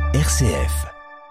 RCF.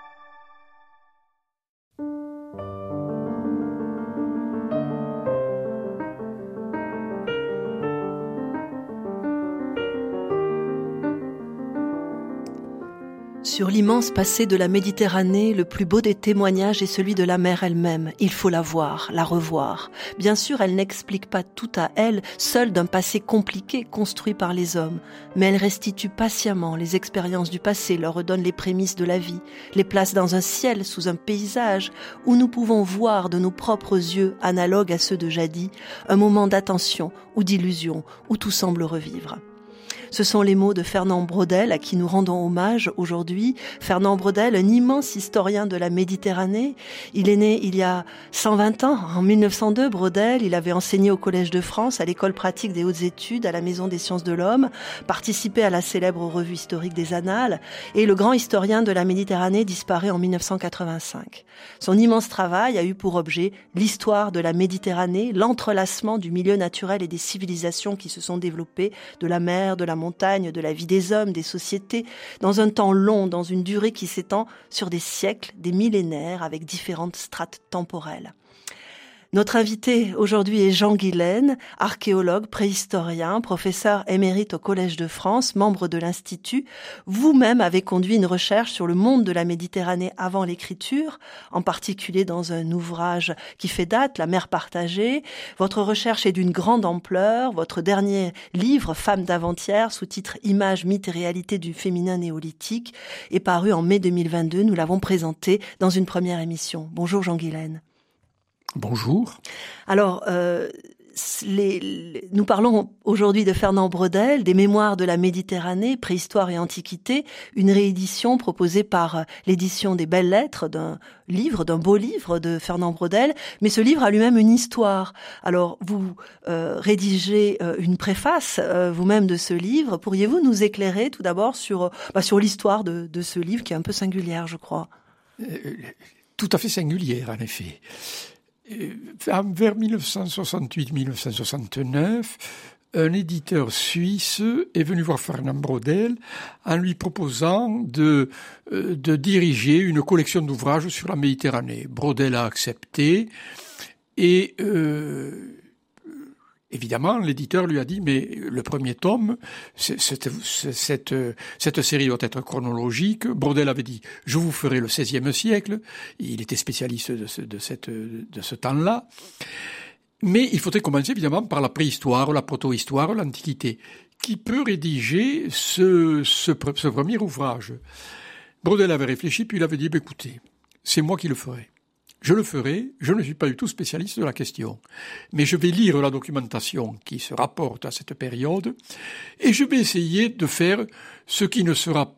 Sur l'immense passé de la Méditerranée, le plus beau des témoignages est celui de la mer elle-même. Il faut la voir, la revoir. Bien sûr, elle n'explique pas tout à elle, seule d'un passé compliqué construit par les hommes. Mais elle restitue patiemment les expériences du passé, leur redonne les prémices de la vie, les place dans un ciel, sous un paysage, où nous pouvons voir de nos propres yeux, analogues à ceux de jadis, un moment d'attention ou d'illusion, où tout semble revivre. Ce sont les mots de Fernand Braudel, à qui nous rendons hommage aujourd'hui. Fernand Braudel, un immense historien de la Méditerranée. Il est né il y a 120 ans, en 1902, Braudel. Il avait enseigné au Collège de France, à l'École pratique des hautes études, à la Maison des sciences de l'homme, participé à la célèbre revue historique des Annales, et le grand historien de la Méditerranée disparaît en 1985. Son immense travail a eu pour objet l'histoire de la Méditerranée, l'entrelacement du milieu naturel et des civilisations qui se sont développées, de la mer, de la montagne, de la vie des hommes, des sociétés, dans un temps long, dans une durée qui s'étend sur des siècles, des millénaires, avec différentes strates temporelles. Notre invité aujourd'hui est Jean Guilaine, archéologue, préhistorien, professeur émérite au Collège de France, membre de l'Institut. Vous-même avez conduit une recherche sur le monde de la Méditerranée avant l'écriture, en particulier dans un ouvrage qui fait date, La mer partagée. Votre recherche est d'une grande ampleur. Votre dernier livre, Femmes d'avant-hier, sous-titre Images, mythes et réalités du féminin néolithique, est paru en mai 2022. Nous l'avons présenté dans une première émission. Bonjour Jean Guilaine. Bonjour. Alors, nous parlons aujourd'hui de Fernand Braudel, des Mémoires de la Méditerranée, préhistoire et antiquité, une réédition proposée par l'édition des Belles Lettres d'un beau livre de Fernand Braudel, mais ce livre a lui-même une histoire. Alors, vous rédigez une préface vous-même de ce livre. Pourriez-vous nous éclairer tout d'abord sur l'histoire de ce livre qui est un peu singulière, je crois? Tout à fait singulière, en effet. Vers 1968-1969, un éditeur suisse est venu voir Fernand Braudel en lui proposant de diriger une collection d'ouvrages sur la Méditerranée. Braudel a accepté et évidemment, l'éditeur lui a dit, mais le premier tome, cette série doit être chronologique. Braudel avait dit, je vous ferai le XVIe siècle. Il était spécialiste de ce temps-là. Mais il faudrait commencer évidemment par la préhistoire, la protohistoire, l'Antiquité. Qui peut rédiger ce premier ouvrage? Braudel avait réfléchi, puis il avait dit, écoutez, c'est moi qui le ferai. Je le ferai, je ne suis pas du tout spécialiste de la question, mais je vais lire la documentation qui se rapporte à cette période et je vais essayer de faire ce qui sera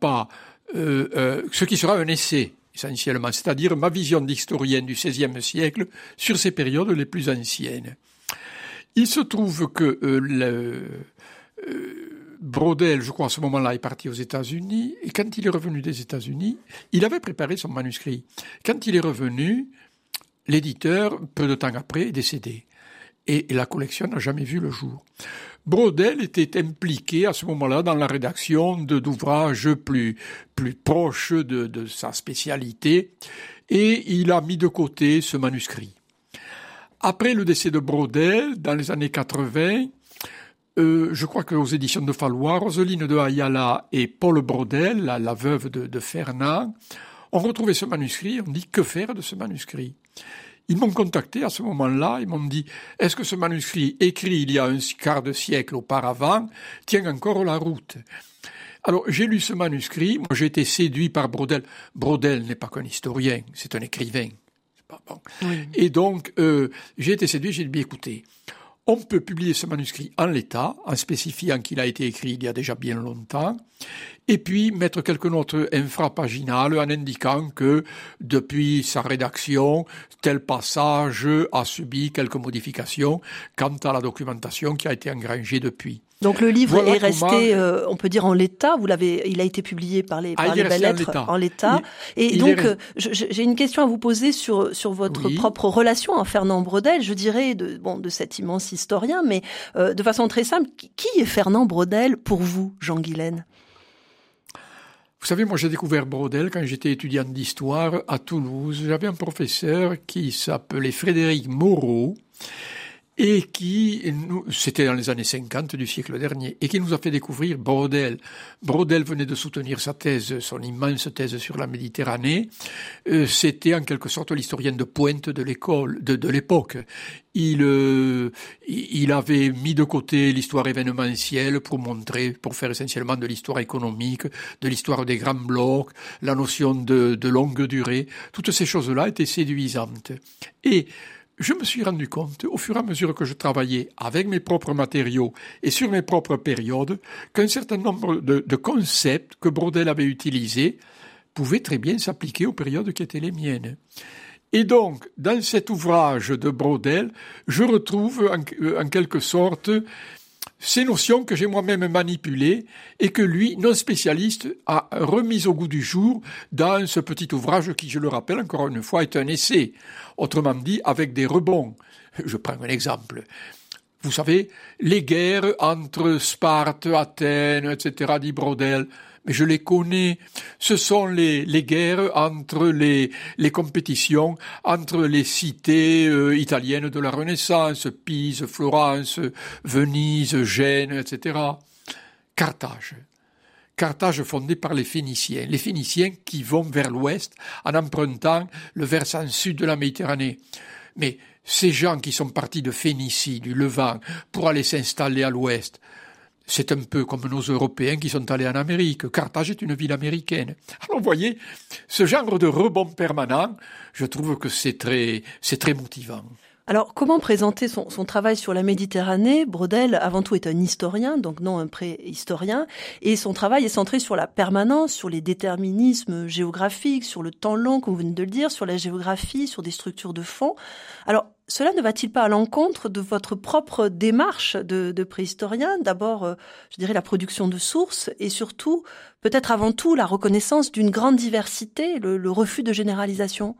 un essai essentiellement, c'est-à-dire ma vision d'historien du XVIe siècle sur ces périodes les plus anciennes. Il se trouve que Braudel, je crois, à ce moment-là, est parti aux États-Unis, et quand il est revenu des États-Unis, il avait préparé son manuscrit. Quand il est revenu, l'éditeur, peu de temps après, est décédé. Et la collection n'a jamais vu le jour. Braudel était impliqué à ce moment-là dans la rédaction d'ouvrages plus proches de sa spécialité, et il a mis de côté ce manuscrit. Après le décès de Braudel, dans les années 80, je crois qu'aux éditions de Fallois, Roseline de Ayala et Paul Braudel, la veuve de Fernand, ont retrouvé ce manuscrit, ont dit que faire de ce manuscrit. Ils m'ont contacté à ce moment-là, ils m'ont dit, est-ce que ce manuscrit écrit il y a un quart de siècle auparavant tient encore la route? Alors j'ai lu ce manuscrit, moi j'ai été séduit par Braudel. Braudel n'est pas qu'un historien, c'est un écrivain. C'est pas bon. Oui. Et donc j'ai été séduit, j'ai dit, écoutez, on peut publier ce manuscrit en l'état, en spécifiant qu'il a été écrit il y a déjà bien longtemps, et puis mettre quelques notes infrapaginales en indiquant que depuis sa rédaction, tel passage a subi quelques modifications quant à la documentation qui a été engrangée depuis. Donc le livre est resté, on peut dire, en l'état. Il a été publié par les Belles Lettres en l'état. J'ai une question à vous poser sur votre propre relation à Fernand Braudel. Je dirais de cet immense historien, mais de façon très simple, qui est Fernand Braudel pour vous, Jean Guilaine? Vous savez, moi j'ai découvert Braudel quand j'étais étudiant d'histoire à Toulouse. J'avais un professeur qui s'appelait Frédéric Moreau, et c'était dans les années 50 du siècle dernier, et qui nous a fait découvrir Braudel. Braudel venait de soutenir sa thèse, son immense thèse sur la Méditerranée. C'était en quelque sorte l'historien de pointe de l'époque. Il avait mis de côté l'histoire événementielle pour faire essentiellement de l'histoire économique, de l'histoire des grands blocs, la notion de longue durée. Toutes ces choses-là étaient séduisantes. Et je me suis rendu compte, au fur et à mesure que je travaillais avec mes propres matériaux et sur mes propres périodes, qu'un certain nombre de concepts que Braudel avait utilisés pouvaient très bien s'appliquer aux périodes qui étaient les miennes. Et donc, dans cet ouvrage de Braudel, je retrouve en quelque sorte ces notions que j'ai moi-même manipulées et que lui, non spécialiste, a remises au goût du jour dans ce petit ouvrage qui, je le rappelle encore une fois, est un essai. Autrement dit, avec des rebonds. Je prends un exemple. Vous savez, les guerres entre Sparte, Athènes, etc., dit Braudel, mais je les connais. Ce sont les guerres entre les compétitions entre les cités italiennes de la Renaissance, Pise, Florence, Venise, Gênes, etc. Carthage fondée par les Phéniciens qui vont vers l'ouest en empruntant le versant sud de la Méditerranée. Mais ces gens qui sont partis de Phénicie, du Levant, pour aller s'installer à l'ouest, c'est un peu comme nos Européens qui sont allés en Amérique. Carthage est une ville américaine. Alors vous voyez, ce genre de rebond permanent, je trouve que c'est très motivant. Alors, comment présenter son travail sur la Méditerranée? Braudel, avant tout, est un historien, donc non un préhistorien, et son travail est centré sur la permanence, sur les déterminismes géographiques, sur le temps long, comme vous venez de le dire, sur la géographie, sur des structures de fond. Alors, cela ne va-t-il pas à l'encontre de votre propre démarche de préhistorien? D'abord, je dirais la production de sources, et surtout, peut-être avant tout, la reconnaissance d'une grande diversité, le refus de généralisation.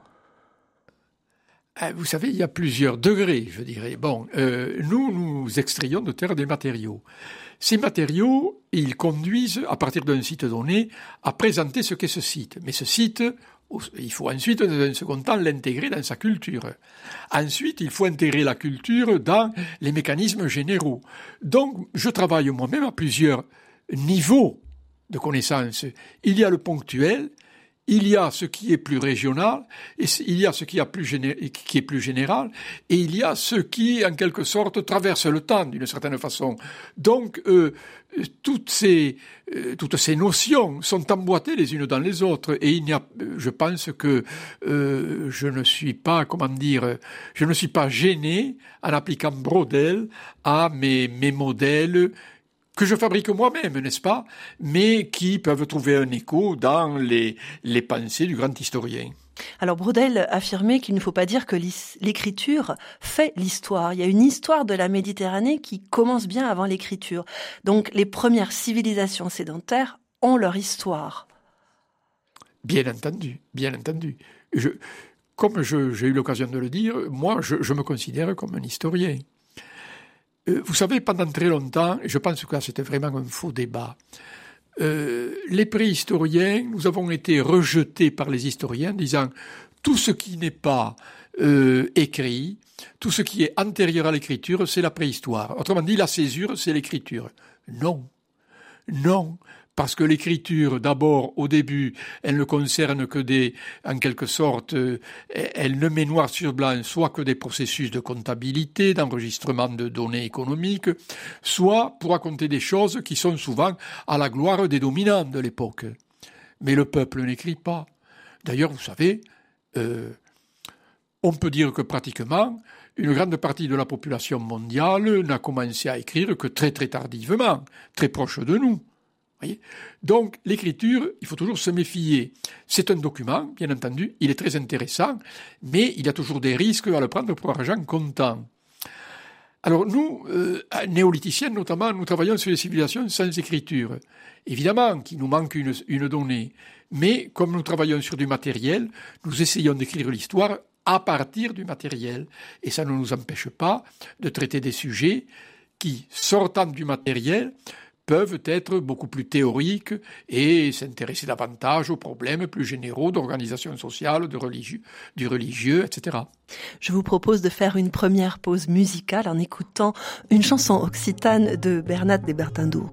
Vous savez, il y a plusieurs degrés, je dirais. Bon, nous extrayons de terre des matériaux. Ces matériaux, ils conduisent, à partir d'un site donné, à présenter ce qu'est ce site. Mais ce site, il faut ensuite, dans un second temps, l'intégrer dans sa culture. Ensuite, il faut intégrer la culture dans les mécanismes généraux. Donc, je travaille moi-même à plusieurs niveaux de connaissances. Il y a le ponctuel, il y a ce qui est plus régional, et il y a ce qui est plus général, et il y a ce qui, en quelque sorte, traverse le temps d'une certaine façon. Donc, toutes ces notions sont emboîtées les unes dans les autres, et je pense que je ne suis pas gêné en appliquant Braudel à mes modèles que je fabrique moi-même, n'est-ce pas, mais qui peuvent trouver un écho dans les pensées du grand historien. Alors Braudel affirmait qu'il ne faut pas dire que l'écriture fait l'histoire. Il y a une histoire de la Méditerranée qui commence bien avant l'écriture. Donc les premières civilisations sédentaires ont leur histoire. Bien entendu, bien entendu. Comme j'ai eu l'occasion de le dire, moi je me considère comme un historien. Vous savez, pendant très longtemps, et je pense que c'était vraiment un faux débat, les préhistoriens, nous avons été rejetés par les historiens disant tout ce qui n'est pas écrit, tout ce qui est antérieur à l'écriture, c'est la préhistoire. Autrement dit, la césure, c'est l'écriture. Non, parce que l'écriture, d'abord, au début, elle ne concerne que en quelque sorte, elle ne met noir sur blanc soit que des processus de comptabilité, d'enregistrement de données économiques, soit pour raconter des choses qui sont souvent à la gloire des dominants de l'époque. Mais le peuple n'écrit pas. D'ailleurs, vous savez, on peut dire que pratiquement, une grande partie de la population mondiale n'a commencé à écrire que très très tardivement, très proche de nous. Voyez. Donc, l'écriture, il faut toujours se méfier. C'est un document, bien entendu, il est très intéressant, mais il y a toujours des risques à le prendre pour argent comptant. Alors nous, néolithiciens notamment, nous travaillons sur les civilisations sans écriture. Évidemment qu'il nous manque une donnée, mais comme nous travaillons sur du matériel, nous essayons d'écrire l'histoire à partir du matériel. Et ça ne nous empêche pas de traiter des sujets qui, sortant du matériel, peuvent être beaucoup plus théoriques et s'intéresser davantage aux problèmes plus généraux d'organisation sociale, du religieux, etc. Je vous propose de faire une première pause musicale en écoutant une chanson occitane de Bernat de Bertindour.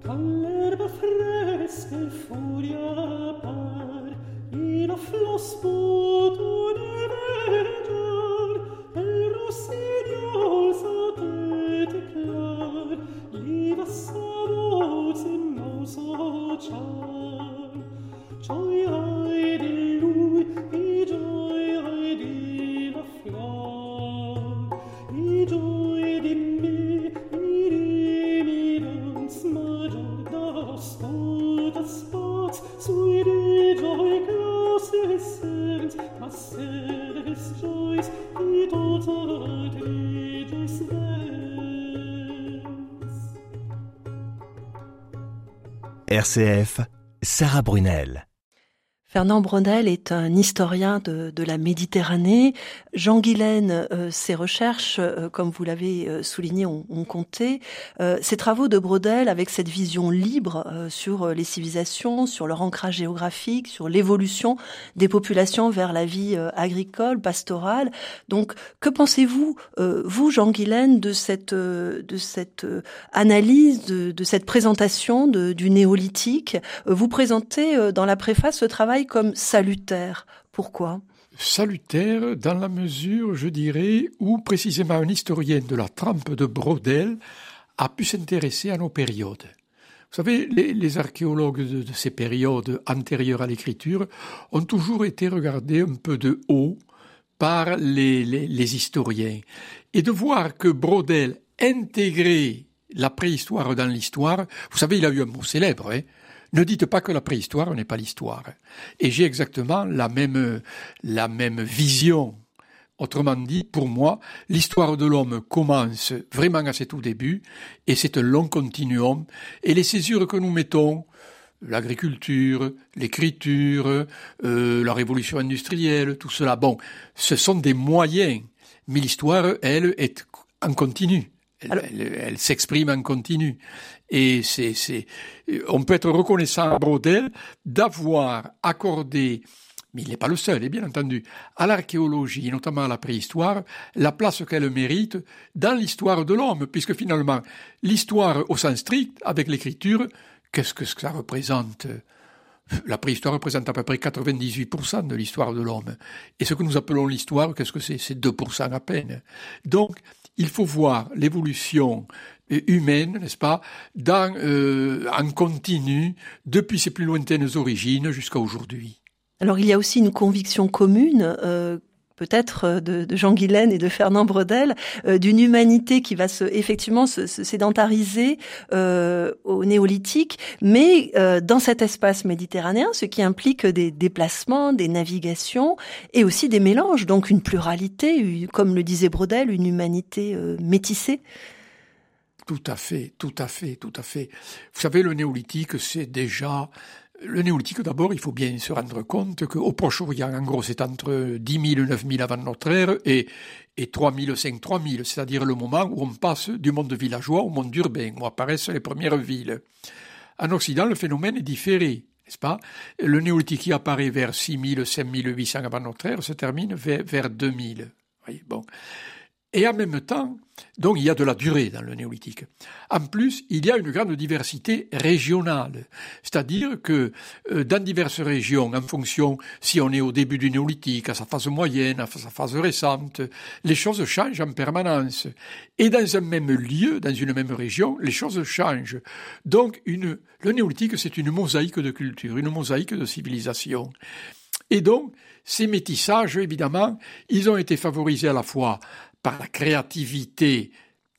RCF, Sarah Brunel. Fernand Braudel est un historien de la Méditerranée. Jean Guilaine, ses recherches, comme vous l'avez souligné, ont compté. Ses travaux de Braudel, avec cette vision libre sur les civilisations, sur leur ancrage géographique, sur l'évolution des populations vers la vie agricole, pastorale. Donc, que pensez-vous, vous, Jean Guilaine, de cette analyse, de cette présentation du néolithique? Vous présentez dans la préface ce travail comme salutaire. Pourquoi ? Salutaire dans la mesure, je dirais, où précisément un historien de la trempe de Braudel a pu s'intéresser à nos périodes. Vous savez, les archéologues de ces périodes antérieures à l'écriture ont toujours été regardés un peu de haut par les historiens. Et de voir que Braudel intégrait la préhistoire dans l'histoire, vous savez, il a eu un mot célèbre, ne dites pas que la préhistoire n'est pas l'histoire. Et j'ai exactement la même vision. Autrement dit, pour moi, l'histoire de l'homme commence vraiment à ses tout débuts, et c'est un long continuum. Et les césures que nous mettons, l'agriculture, l'écriture, la révolution industrielle, tout cela, bon, ce sont des moyens. Mais l'histoire, elle, est en continu. Elle s'exprime en continu. Et on peut être reconnaissant à Braudel d'avoir accordé, mais il n'est pas le seul, bien entendu, à l'archéologie, et notamment à la préhistoire, la place qu'elle mérite dans l'histoire de l'homme, puisque finalement, l'histoire au sens strict, avec l'écriture, qu'est-ce que ça représente ? La préhistoire représente à peu près 98% de l'histoire de l'homme. Et ce que nous appelons l'histoire, qu'est-ce que c'est ? C'est 2% à peine. Donc, il faut voir l'évolution humaine, n'est-ce pas, en continu, depuis ses plus lointaines origines jusqu'à aujourd'hui. Alors, il y a aussi une conviction commune, peut-être de Jean Guilaine et de Fernand Braudel, d'une humanité qui va effectivement se sédentariser au néolithique, mais dans cet espace méditerranéen, ce qui implique des déplacements, des navigations et aussi des mélanges, donc une pluralité, comme le disait Braudel, une humanité métissée. Tout à fait. Vous savez, le néolithique, c'est déjà... Le néolithique, d'abord, il faut bien se rendre compte qu'au Proche-Orient, en gros, c'est entre 10 000 et 9 000 avant notre ère et 3 000, 3 000, c'est-à-dire le moment où on passe du monde villageois au monde urbain, où apparaissent les premières villes. En Occident, le phénomène est différé, n'est-ce pas ? Le néolithique qui apparaît vers 6 000, 5 800 avant notre ère se termine vers 2 000. Oui, bon. Et en même temps, donc il y a de la durée dans le néolithique. En plus, il y a une grande diversité régionale. C'est-à-dire que dans diverses régions, en fonction si on est au début du néolithique, à sa phase moyenne, à sa phase récente, les choses changent en permanence. Et dans un même lieu, dans une même région, les choses changent. Donc le néolithique, c'est une mosaïque de culture, une mosaïque de civilisation. Et donc, ces métissages, évidemment, ils ont été favorisés à la fois par la créativité,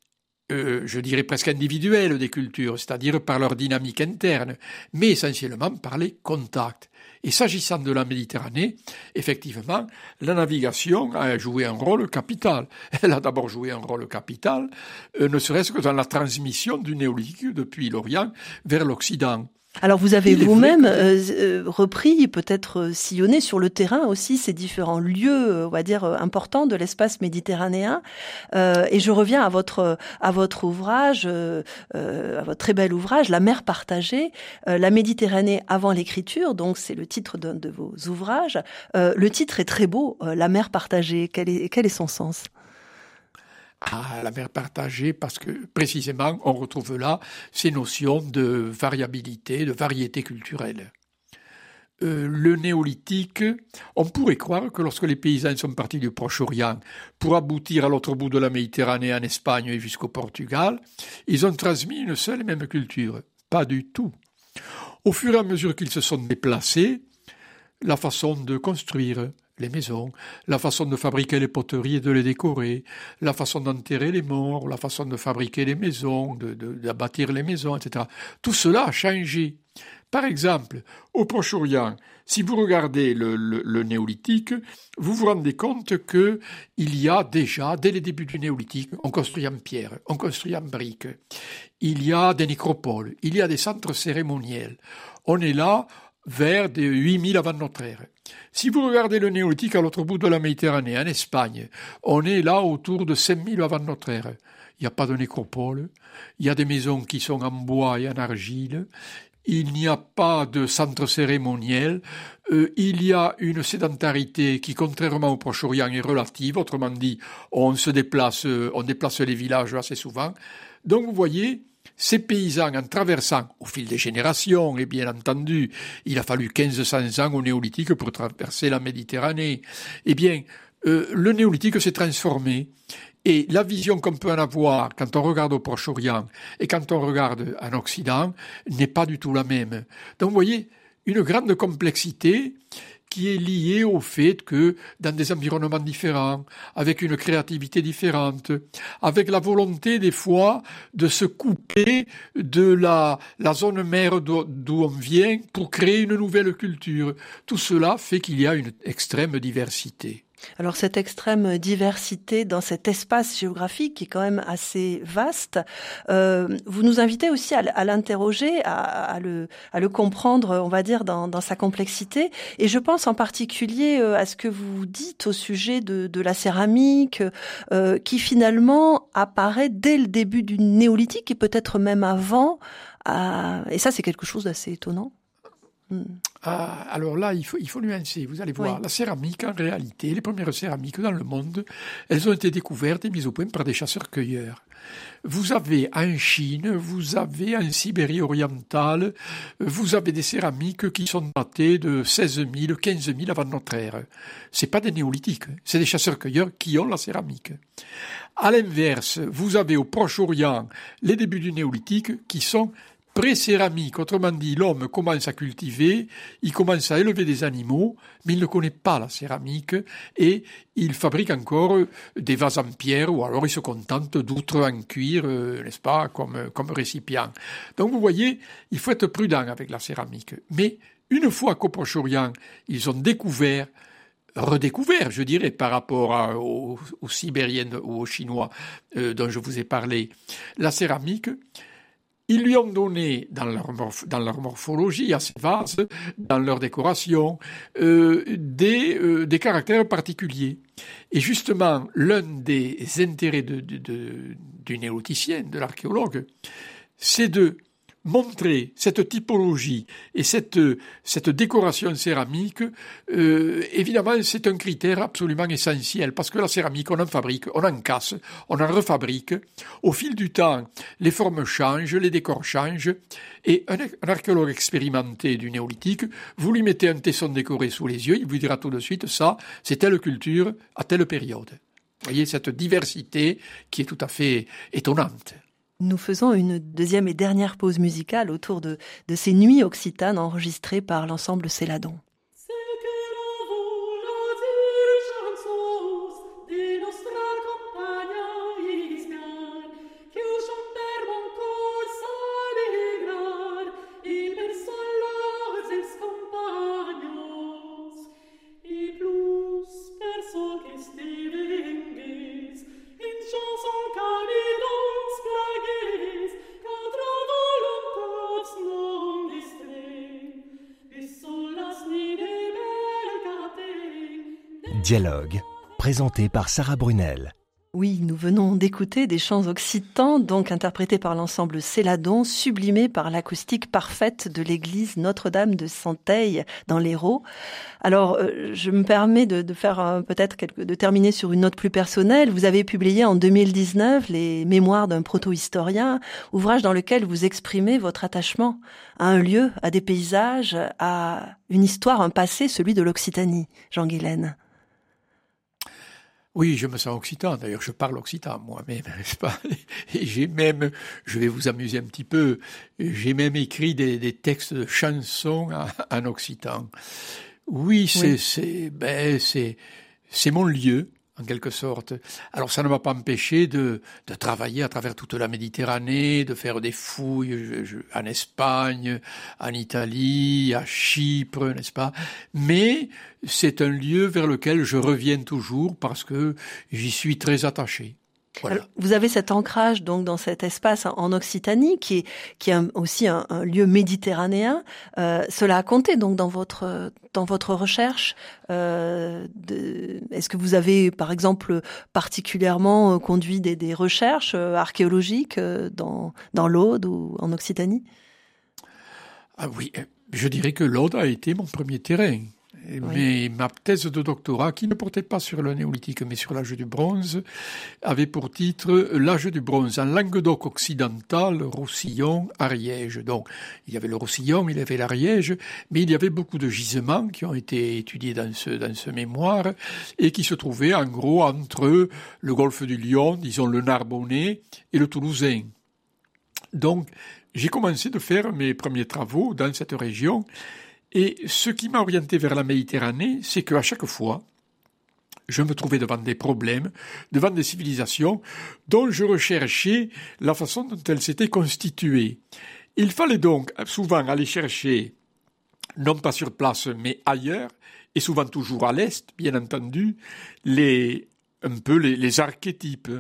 je dirais presque individuelle des cultures, c'est-à-dire par leur dynamique interne, mais essentiellement par les contacts. Et s'agissant de la Méditerranée, effectivement, la navigation a joué un rôle capital. Elle a d'abord joué un rôle capital, ne serait-ce que dans la transmission du néolithique depuis l'Orient vers l'Occident. Alors vous avez Il est vous-même vrai que- repris, peut-être sillonné sur le terrain aussi ces différents lieux, on va dire importants de l'espace méditerranéen. Et je reviens à votre ouvrage, à votre très bel ouvrage, La mer partagée, la Méditerranée avant l'écriture. Donc c'est le titre d'un de vos ouvrages. Le titre est très beau, La mer partagée. Quel est son sens? Ah, la mer partagée, parce que précisément, on retrouve là ces notions de variabilité, de variété culturelle. Le néolithique, on pourrait croire que lorsque les paysans sont partis du Proche-Orient pour aboutir à l'autre bout de la Méditerranée, en Espagne et jusqu'au Portugal, ils ont transmis une seule et même culture. Pas du tout. Au fur et à mesure qu'ils se sont déplacés, la façon de construire les maisons, la façon de fabriquer les poteries et de les décorer, la façon d'enterrer les morts, la façon de fabriquer les maisons, d'abattre les maisons, etc. Tout cela a changé. Par exemple, au Proche-Orient, si vous regardez le néolithique, vous vous rendez compte qu'il y a déjà, dès les débuts du néolithique, on construit en pierre, on construit en briques, il y a des nécropoles, il y a des centres cérémoniels. On est là vers des 8000 avant notre ère. Si vous regardez le néolithique à l'autre bout de la Méditerranée, en Espagne, on est là autour de 5000 avant notre ère. Il n'y a pas de nécropole, il y a des maisons qui sont en bois et en argile, il n'y a pas de centre cérémoniel, il y a une sédentarité qui, contrairement au Proche-Orient, est relative, autrement dit, on déplace les villages assez souvent. Donc vous voyez, ces paysans, en traversant, au fil des générations, et bien entendu, il a fallu 1500 ans au néolithique pour traverser la Méditerranée, eh bien, le néolithique s'est transformé. Et la vision qu'on peut en avoir quand on regarde au Proche-Orient et quand on regarde en Occident n'est pas du tout la même. Donc vous voyez, une grande complexité qui est liée au fait que dans des environnements différents, avec une créativité différente, avec la volonté des fois de se couper de la zone mère d'où on vient pour créer une nouvelle culture. Tout cela fait qu'il y a une extrême diversité. Alors cette extrême diversité dans cet espace géographique qui est quand même assez vaste, vous nous invitez aussi à l'interroger, à le comprendre, on va dire, dans sa complexité. Et je pense en particulier à ce que vous dites au sujet de la céramique, qui finalement apparaît dès le début du néolithique et peut-être même avant. Et ça, c'est quelque chose d'assez étonnant. Ah, alors là, il faut nuancer, vous allez voir. Oui. La céramique, en réalité, les premières céramiques dans le monde, elles ont été découvertes et mises au point par des chasseurs-cueilleurs. Vous avez en Chine, vous avez en Sibérie orientale, vous avez des céramiques qui sont datées de 16 000, 15 000 avant notre ère. C'est pas des néolithiques, c'est des chasseurs-cueilleurs qui ont la céramique. À l'inverse, vous avez au Proche-Orient les débuts du néolithique qui sont pré-céramique, autrement dit, l'homme commence à cultiver, il commence à élever des animaux, mais il ne connaît pas la céramique et il fabrique encore des vases en pierre ou alors il se contente d'outres en cuir, n'est-ce pas, comme récipient. Donc vous voyez, il faut être prudent avec la céramique. Mais une fois qu'au Proche-Orient, ils ont redécouvert, je dirais, par rapport aux Sibériens ou aux Chinois dont je vous ai parlé, la céramique, ils lui ont donné, dans leur morphologie, à ces vases, dans leur décoration, des caractères particuliers. Et justement, l'un des intérêts du néolithicien, de l'archéologue, c'est de montrer cette typologie et cette décoration céramique, évidemment, c'est un critère absolument essentiel parce que la céramique, on en fabrique, on en casse, on en refabrique. Au fil du temps, les formes changent, les décors changent. Et un archéologue expérimenté du néolithique, vous lui mettez un tesson décoré sous les yeux, il vous dira tout de suite, ça, c'est telle culture à telle période. Vous voyez cette diversité qui est tout à fait étonnante. Nous faisons une deuxième et dernière pause musicale autour de ces nuits occitanes enregistrées par l'ensemble Céladon. Contra voluntas non distress Dialogue, présenté par Sarah Brunel. Oui, nous venons d'écouter des chants occitans, donc interprétés par l'ensemble Céladon, sublimés par l'acoustique parfaite de l'église Notre-Dame de Santeil dans l'Hérault. Alors, je me permets de faire de terminer sur une note plus personnelle. Vous avez publié en 2019 les Mémoires d'un proto-historien, ouvrage dans lequel vous exprimez votre attachement à un lieu, à des paysages, à une histoire, un passé, celui de l'Occitanie. Jean Guilaine. Oui, je me sens occitan. D'ailleurs, je parle occitan moi-même, n'est-ce pas? Et j'ai même, je vais vous amuser un petit peu, j'ai même écrit des textes de chansons en occitan. Oui, c'est mon lieu, en quelque sorte. Alors, ça ne m'a pas empêché de travailler à travers toute la Méditerranée, de faire des fouilles en Espagne, en Italie, à Chypre, n'est-ce pas? Mais c'est un lieu vers lequel je reviens toujours parce que j'y suis très attaché. Voilà. Alors, vous avez cet ancrage donc dans cet espace en Occitanie qui est aussi un lieu méditerranéen. Cela a compté donc dans votre recherche. Est-ce que vous avez par exemple particulièrement conduit des recherches archéologiques dans l'Aude ou en Occitanie? Ah oui, je dirais que l'Aude a été mon premier terrain. Oui. Mais ma thèse de doctorat, qui ne portait pas sur le néolithique mais sur l'âge du bronze, avait pour titre l'âge du bronze en Languedoc occidental, Roussillon, Ariège. Donc, il y avait le Roussillon, il y avait l'Ariège, mais il y avait beaucoup de gisements qui ont été étudiés dans ce mémoire et qui se trouvaient en gros entre le golfe du Lion, disons le Narbonnais et le Toulousain. Donc, j'ai commencé de faire mes premiers travaux dans cette région. Et ce qui m'a orienté vers la Méditerranée, c'est qu'à chaque fois, je me trouvais devant des problèmes, devant des civilisations dont je recherchais la façon dont elles s'étaient constituées. Il fallait donc souvent aller chercher, non pas sur place, mais ailleurs, et souvent toujours à l'Est, bien entendu, les archétypes,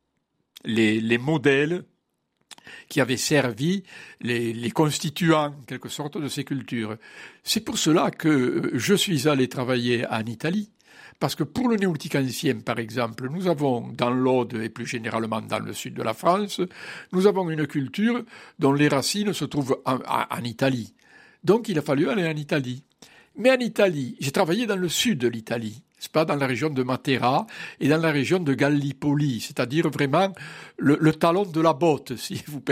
les modèles qui avaient servi les constituants, en quelque sorte, de ces cultures. C'est pour cela que je suis allé travailler en Italie, parce que pour le néolithique ancien, par exemple, nous avons dans l'Aude et plus généralement dans le sud de la France, nous avons une culture dont les racines se trouvent en Italie. Donc il a fallu aller en Italie. Mais en Italie, j'ai travaillé dans le sud de l'Italie. C'est pas dans la région de Matera et dans la région de Gallipoli, c'est-à-dire vraiment le talon de la botte, si vous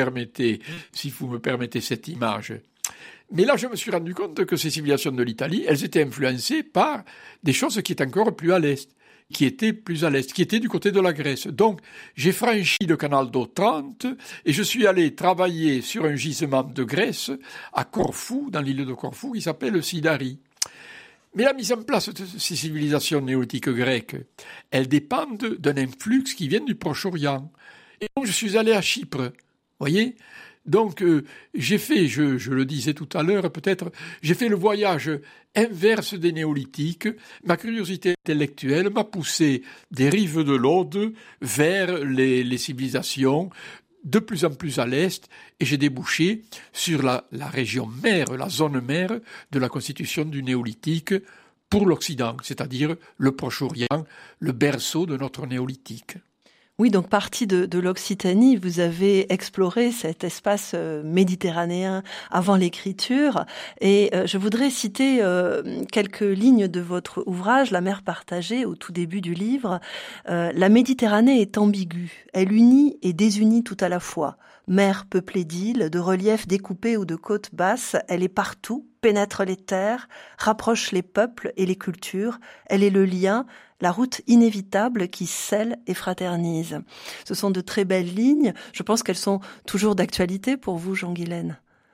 me permettez cette image. Mais là, je me suis rendu compte que ces civilisations de l'Italie, elles étaient influencées par des choses qui étaient encore plus à l'est, qui étaient du côté de la Grèce. Donc, j'ai franchi le canal d'Otrante et je suis allé travailler sur un gisement de Grèce à Corfou, dans l'île de Corfou, qui s'appelle Sidari. Mais la mise en place de ces civilisations néolithiques grecques, elles dépendent d'un influx qui vient du Proche-Orient. Et donc je suis allé à Chypre, voyez. Donc j'ai fait, je le disais tout à l'heure peut-être, j'ai fait le voyage inverse des néolithiques. Ma curiosité intellectuelle m'a poussé des rives de l'Aude vers les civilisations de plus en plus à l'est, et j'ai débouché sur la région mère, la zone mère de la constitution du néolithique pour l'Occident, c'est-à-dire le Proche-Orient, le berceau de notre néolithique. Oui, donc parti de l'Occitanie, vous avez exploré cet espace méditerranéen avant l'écriture. Et je voudrais citer quelques lignes de votre ouvrage, La mer partagée, au tout début du livre. La Méditerranée est ambiguë. Elle unit et désunit tout à la fois. Mer peuplée d'îles, de reliefs découpés ou de côtes basses, elle est partout, pénètre les terres, rapproche les peuples et les cultures. Elle est le lien, la route inévitable qui scelle et fraternise. Ce sont de très belles lignes. Je pense qu'elles sont toujours d'actualité pour vous, Jean Guilaine.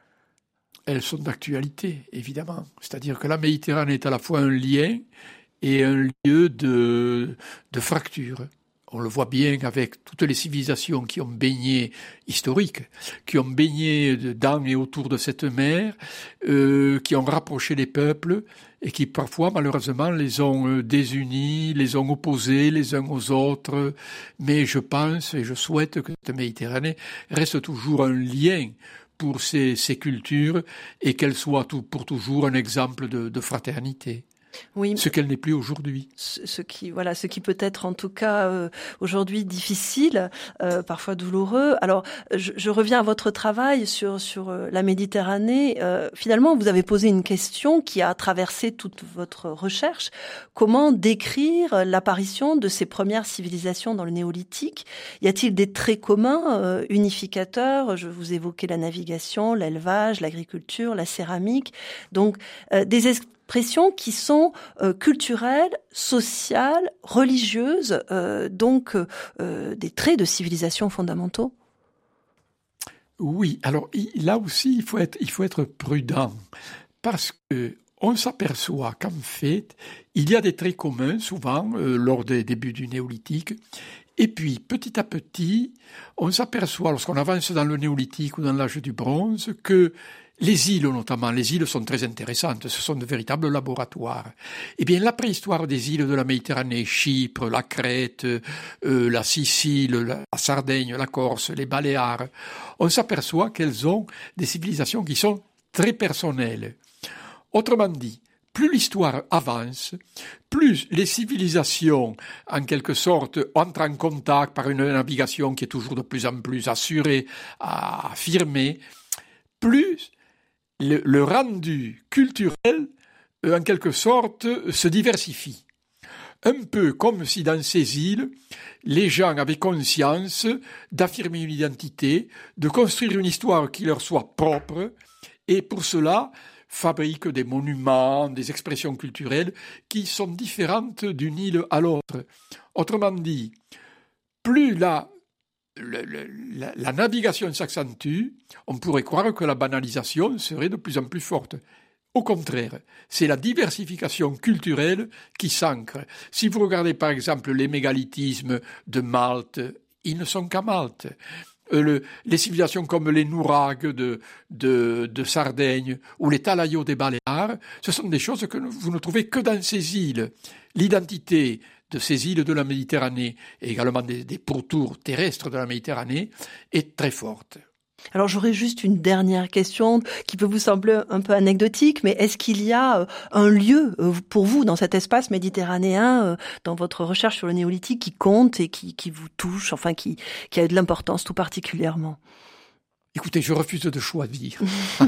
Elles sont d'actualité, évidemment. C'est-à-dire que la Méditerranée est à la fois un lien et un lieu de fracture. On le voit bien avec toutes les civilisations qui ont baigné, historiques, qui ont baigné dans et autour de cette mer, qui ont rapproché les peuples et qui parfois, malheureusement, les ont désunis, les ont opposés les uns aux autres. Mais je pense et je souhaite que cette Méditerranée reste toujours un lien pour ces cultures et qu'elle soit pour toujours un exemple de fraternité. Oui. Ce qu'elle n'est plus aujourd'hui. Ce qui peut être en tout cas aujourd'hui difficile, parfois douloureux. Alors, je reviens à votre travail sur la Méditerranée. Finalement, vous avez posé une question qui a traversé toute votre recherche. Comment décrire l'apparition de ces premières civilisations dans le néolithique ? Y a-t-il des traits communs unificateurs ? Je vous évoquais la navigation, l'élevage, l'agriculture, la céramique. Donc, des expressions qui sont culturelles, sociales, religieuses, donc des traits de civilisation fondamentaux. Oui, alors là aussi il faut être prudent parce que on s'aperçoit qu'en fait il y a des traits communs souvent lors des débuts du néolithique. Et puis, petit à petit, on s'aperçoit, lorsqu'on avance dans le néolithique ou dans l'âge du bronze, que les îles, notamment, les îles sont très intéressantes, ce sont de véritables laboratoires. Eh bien, la préhistoire des îles de la Méditerranée, Chypre, la Crète, la Sicile, la Sardaigne, la Corse, les Baléares, on s'aperçoit qu'elles ont des civilisations qui sont très personnelles. Autrement dit, plus l'histoire avance, plus les civilisations, en quelque sorte, entrent en contact par une navigation qui est toujours de plus en plus assurée, affirmée, plus le rendu culturel, en quelque sorte, se diversifie. Un peu comme si dans ces îles, les gens avaient conscience d'affirmer une identité, de construire une histoire qui leur soit propre, et pour cela, fabriquent des monuments, des expressions culturelles qui sont différentes d'une île à l'autre. Autrement dit, plus la navigation s'accentue, on pourrait croire que la banalisation serait de plus en plus forte. Au contraire, c'est la diversification culturelle qui s'ancre. Si vous regardez par exemple les mégalithismes de Malte, ils ne sont qu'à Malte. Les civilisations comme les Nouragues de Sardaigne ou les Talayos des Baléares, ce sont des choses que vous ne trouvez que dans ces îles. L'identité de ces îles de la Méditerranée et également des pourtours terrestres de la Méditerranée est très forte. Alors j'aurais juste une dernière question qui peut vous sembler un peu anecdotique, mais est-ce qu'il y a un lieu pour vous dans cet espace méditerranéen, dans votre recherche sur le néolithique, qui compte et qui vous touche, enfin qui a de l'importance tout particulièrement ? Écoutez, je refuse de choisir.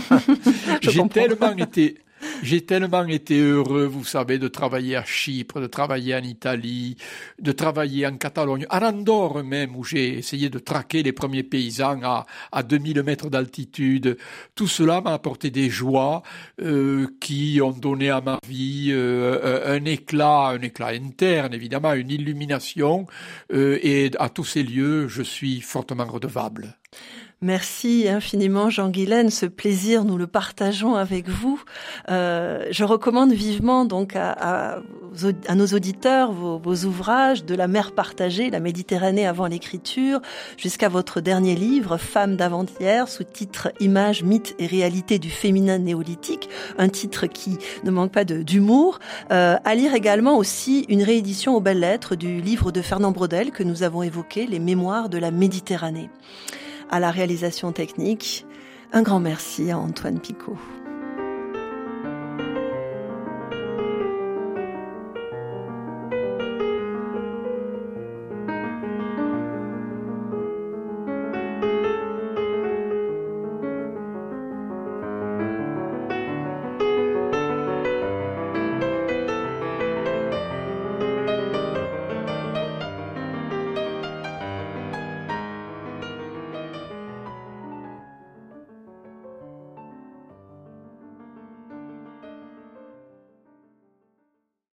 J'ai tellement été heureux, vous savez, de travailler à Chypre, de travailler en Italie, de travailler en Catalogne, en Andorre même, où j'ai essayé de traquer les premiers paysans à 2000 mètres d'altitude. Tout cela m'a apporté des joies qui ont donné à ma vie un éclat interne, évidemment, une illumination. Et à tous ces lieux, je suis fortement redevable. Merci infiniment Jean Guilaine, ce plaisir nous le partageons avec vous. Je recommande vivement donc à nos auditeurs vos ouvrages de la mer partagée, la Méditerranée avant l'écriture, jusqu'à votre dernier livre Femmes d'avant-hier, sous-titre Images, mythes et réalités du féminin néolithique, un titre qui ne manque pas d'humour. À lire également aussi une réédition aux belles lettres du livre de Fernand Braudel que nous avons évoqué, Les Mémoires de la Méditerranée. À la réalisation technique, un grand merci à Antoine Picot.